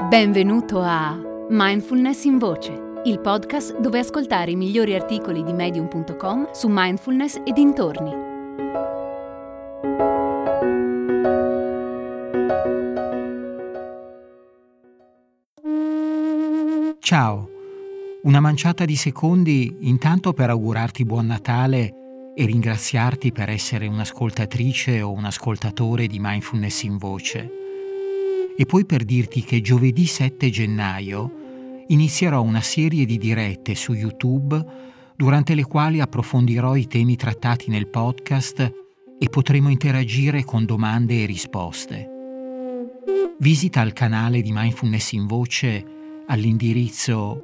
Benvenuto a Mindfulness in Voce, il podcast dove ascoltare i migliori articoli di Medium.com su mindfulness e dintorni. Ciao, una manciata di secondi intanto per augurarti buon Natale e ringraziarti per essere un'ascoltatrice o un ascoltatore di Mindfulness in Voce. E poi per dirti che giovedì 7 gennaio inizierò una serie di dirette su YouTube durante le quali approfondirò i temi trattati nel podcast e potremo interagire con domande e risposte. Visita il canale di Mindfulness in Voce all'indirizzo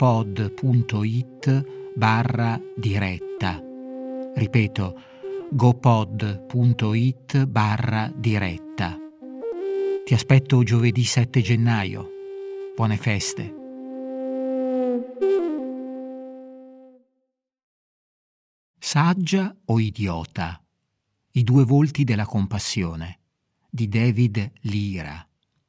gopod.it/diretta. Ripeto, gopod.it/diretta. Ti aspetto giovedì 7 gennaio. Buone feste. Saggia o idiota? I due volti della compassione di David Lira.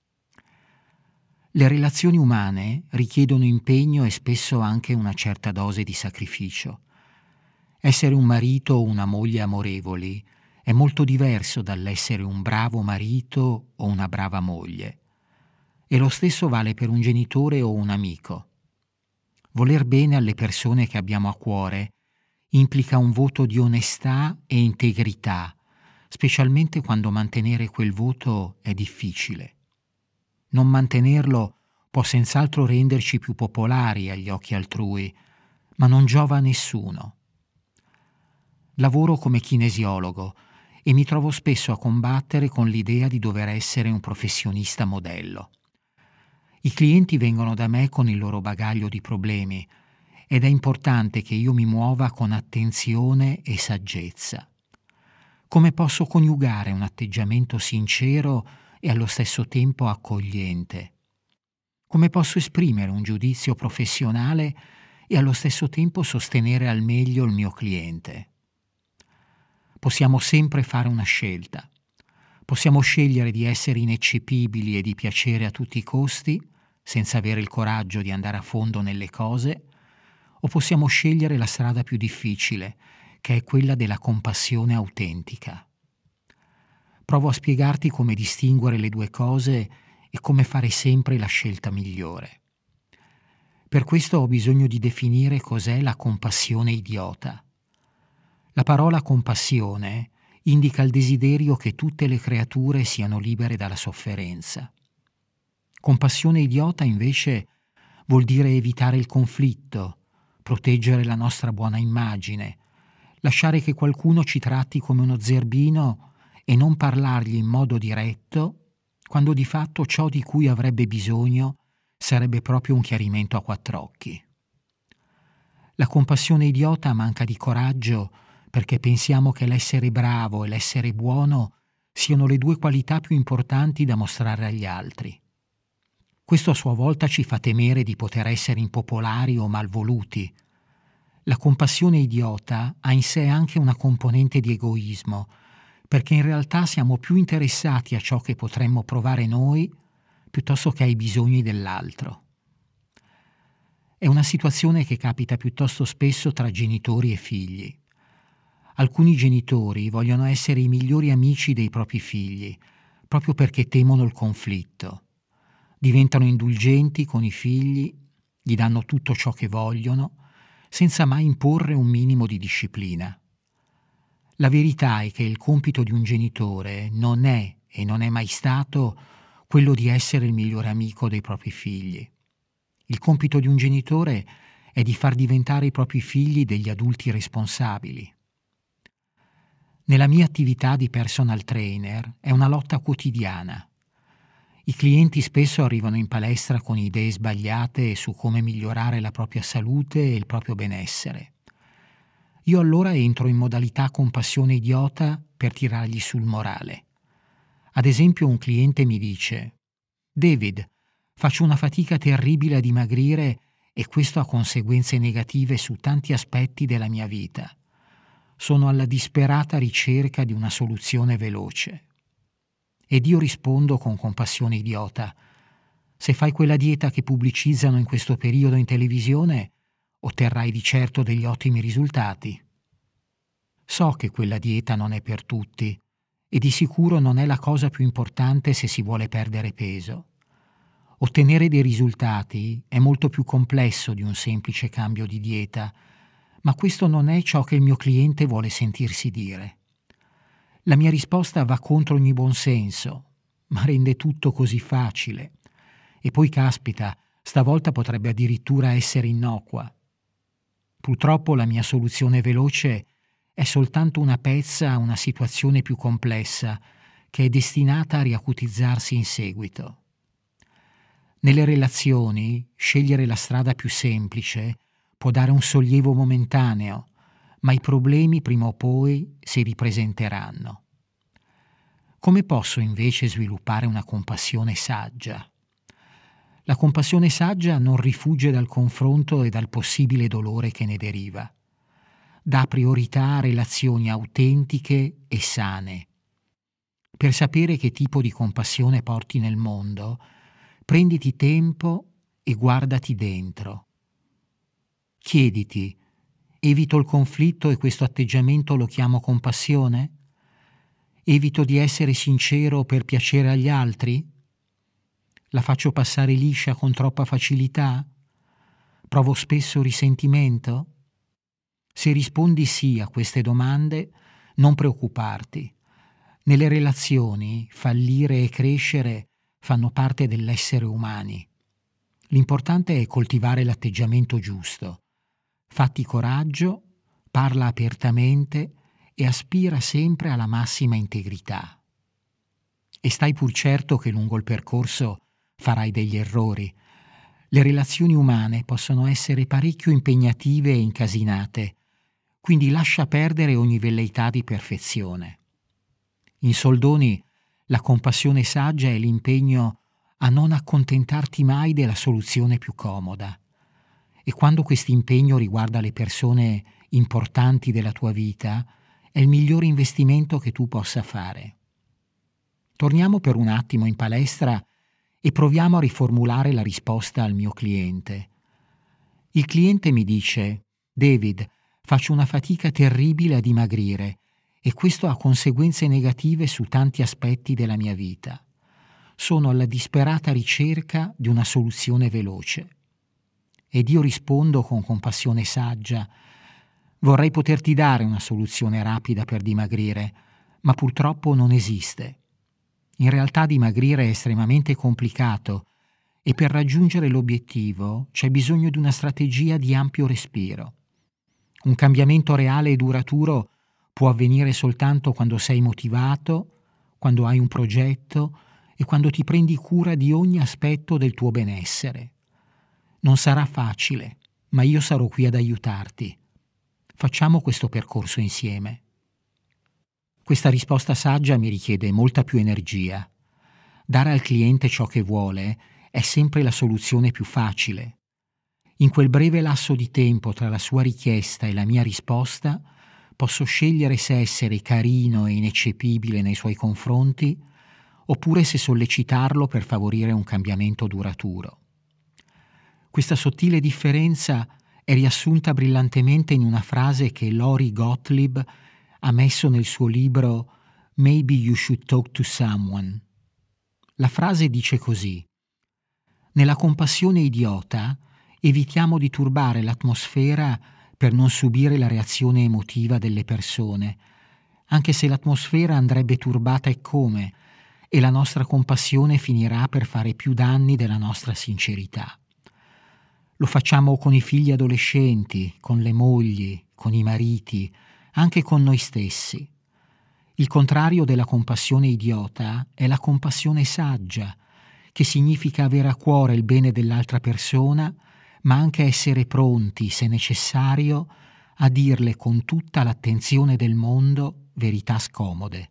Le relazioni umane richiedono impegno e spesso anche una certa dose di sacrificio. Essere un marito o una moglie amorevoli è molto diverso dall'essere un bravo marito o una brava moglie. E lo stesso vale per un genitore o un amico. Voler bene alle persone che abbiamo a cuore implica un voto di onestà e integrità, specialmente quando mantenere quel voto è difficile. Non mantenerlo può senz'altro renderci più popolari agli occhi altrui, ma non giova a nessuno. Lavoro come kinesiologo e mi trovo spesso a combattere con l'idea di dover essere un professionista modello. I clienti vengono da me con il loro bagaglio di problemi ed è importante che io mi muova con attenzione e saggezza. Come posso coniugare un atteggiamento sincero e allo stesso tempo accogliente? Come posso esprimere un giudizio professionale e allo stesso tempo sostenere al meglio il mio cliente? Possiamo sempre fare una scelta. Possiamo scegliere di essere ineccepibili e di piacere a tutti i costi, senza avere il coraggio di andare a fondo nelle cose, o possiamo scegliere la strada più difficile, che è quella della compassione autentica. Provo a spiegarti come distinguere le due cose e come fare sempre la scelta migliore. Per questo ho bisogno di definire cos'è la compassione idiota. La parola compassione indica il desiderio che tutte le creature siano libere dalla sofferenza. Compassione idiota invece vuol dire evitare il conflitto, proteggere la nostra buona immagine, lasciare che qualcuno ci tratti come uno zerbino e non parlargli in modo diretto, quando di fatto ciò di cui avrebbe bisogno sarebbe proprio un chiarimento a quattro occhi. La compassione idiota manca di coraggio perché pensiamo che l'essere bravo e l'essere buono siano le due qualità più importanti da mostrare agli altri. Questo a sua volta ci fa temere di poter essere impopolari o malvoluti. La compassione idiota ha in sé anche una componente di egoismo, perché in realtà siamo più interessati a ciò che potremmo provare noi piuttosto che ai bisogni dell'altro. È una situazione che capita piuttosto spesso tra genitori e figli. Alcuni genitori vogliono essere i migliori amici dei propri figli, proprio perché temono il conflitto. Diventano indulgenti con i figli, gli danno tutto ciò che vogliono, senza mai imporre un minimo di disciplina. La verità è che il compito di un genitore non è e non è mai stato quello di essere il migliore amico dei propri figli. Il compito di un genitore è di far diventare i propri figli degli adulti responsabili. Nella mia attività di personal trainer è una lotta quotidiana. I clienti spesso arrivano in palestra con idee sbagliate su come migliorare la propria salute e il proprio benessere. Io allora entro in modalità compassione idiota per tirargli sul morale. Ad esempio un cliente mi dice: «David, faccio una fatica terribile a dimagrire e questo ha conseguenze negative su tanti aspetti della mia vita. Sono alla disperata ricerca di una soluzione veloce». Ed io rispondo con compassione idiota: Se fai quella dieta che pubblicizzano in questo periodo in televisione, otterrai di certo degli ottimi risultati. So che quella dieta non è per tutti e di sicuro non è la cosa più importante se si vuole perdere peso. Ottenere dei risultati è molto più complesso di un semplice cambio di dieta, ma questo non è ciò che il mio cliente vuole sentirsi dire. La mia risposta va contro ogni buonsenso, ma rende tutto così facile. E poi, caspita, stavolta potrebbe addirittura essere innocua. Purtroppo la mia soluzione veloce è soltanto una pezza a una situazione più complessa che è destinata a riacutizzarsi in seguito. Nelle relazioni, scegliere la strada più semplice può dare un sollievo momentaneo, ma i problemi prima o poi si ripresenteranno. Come posso invece sviluppare una compassione saggia? La compassione saggia non rifugge dal confronto e dal possibile dolore che ne deriva. Dà priorità a relazioni autentiche e sane. Per sapere che tipo di compassione porti nel mondo, prenditi tempo e guardati dentro. Chiediti: evito il conflitto e questo atteggiamento lo chiamo compassione? Evito di essere sincero per piacere agli altri? La faccio passare liscia con troppa facilità? Provo spesso risentimento? Se rispondi sì a queste domande, non preoccuparti. Nelle relazioni, fallire e crescere fanno parte dell'essere umani. L'importante è coltivare l'atteggiamento giusto. Fatti coraggio, parla apertamente e aspira sempre alla massima integrità. E stai pur certo che lungo il percorso farai degli errori. Le relazioni umane possono essere parecchio impegnative e incasinate, quindi lascia perdere ogni velleità di perfezione. In soldoni, la compassione saggia è l'impegno a non accontentarti mai della soluzione più comoda. E quando questo impegno riguarda le persone importanti della tua vita, è il migliore investimento che tu possa fare. Torniamo per un attimo in palestra e proviamo a riformulare la risposta al mio cliente. Il cliente mi dice: David, faccio una fatica terribile a dimagrire e questo ha conseguenze negative su tanti aspetti della mia vita. Sono alla disperata ricerca di una soluzione veloce. Ed io rispondo con compassione saggia: vorrei poterti dare una soluzione rapida per dimagrire, ma purtroppo non esiste. In realtà dimagrire è estremamente complicato e per raggiungere l'obiettivo c'è bisogno di una strategia di ampio respiro. Un cambiamento reale e duraturo può avvenire soltanto quando sei motivato, quando hai un progetto e quando ti prendi cura di ogni aspetto del tuo benessere. Non sarà facile, ma io sarò qui ad aiutarti. Facciamo questo percorso insieme. Questa risposta saggia mi richiede molta più energia. Dare al cliente ciò che vuole è sempre la soluzione più facile. In quel breve lasso di tempo tra la sua richiesta e la mia risposta, posso scegliere se essere carino e ineccepibile nei suoi confronti oppure se sollecitarlo per favorire un cambiamento duraturo. Questa sottile differenza è riassunta brillantemente in una frase che Lori Gottlieb ha messo nel suo libro Maybe You Should Talk to Someone. La frase dice così: nella compassione idiota evitiamo di turbare l'atmosfera per non subire la reazione emotiva delle persone, anche se l'atmosfera andrebbe turbata e come, e la nostra compassione finirà per fare più danni della nostra sincerità. Lo facciamo con i figli adolescenti, con le mogli, con i mariti, anche con noi stessi. Il contrario della compassione idiota è la compassione saggia, che significa avere a cuore il bene dell'altra persona, ma anche essere pronti, se necessario, a dirle con tutta l'attenzione del mondo verità scomode.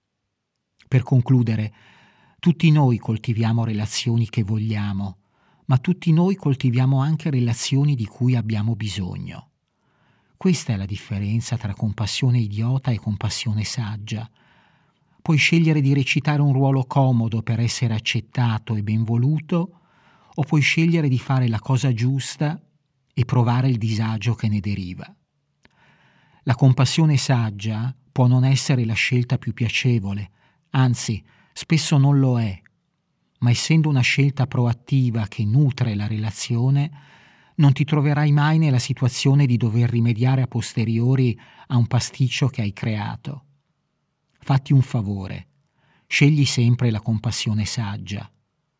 Per concludere, tutti noi coltiviamo relazioni che vogliamo, ma tutti noi coltiviamo anche relazioni di cui abbiamo bisogno. Questa è la differenza tra compassione idiota e compassione saggia. Puoi scegliere di recitare un ruolo comodo per essere accettato e benvoluto, o puoi scegliere di fare la cosa giusta e provare il disagio che ne deriva. La compassione saggia può non essere la scelta più piacevole, anzi, spesso non lo è, ma essendo una scelta proattiva che nutre la relazione, non ti troverai mai nella situazione di dover rimediare a posteriori a un pasticcio che hai creato. Fatti un favore, scegli sempre la compassione saggia.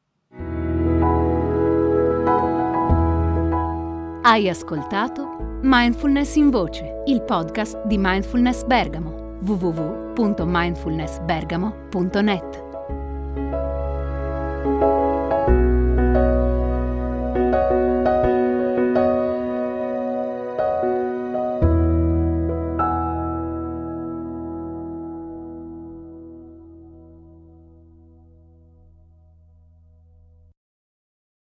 Hai ascoltato Mindfulness in Voce, il podcast di Mindfulness Bergamo, www.mindfulnessbergamo.net.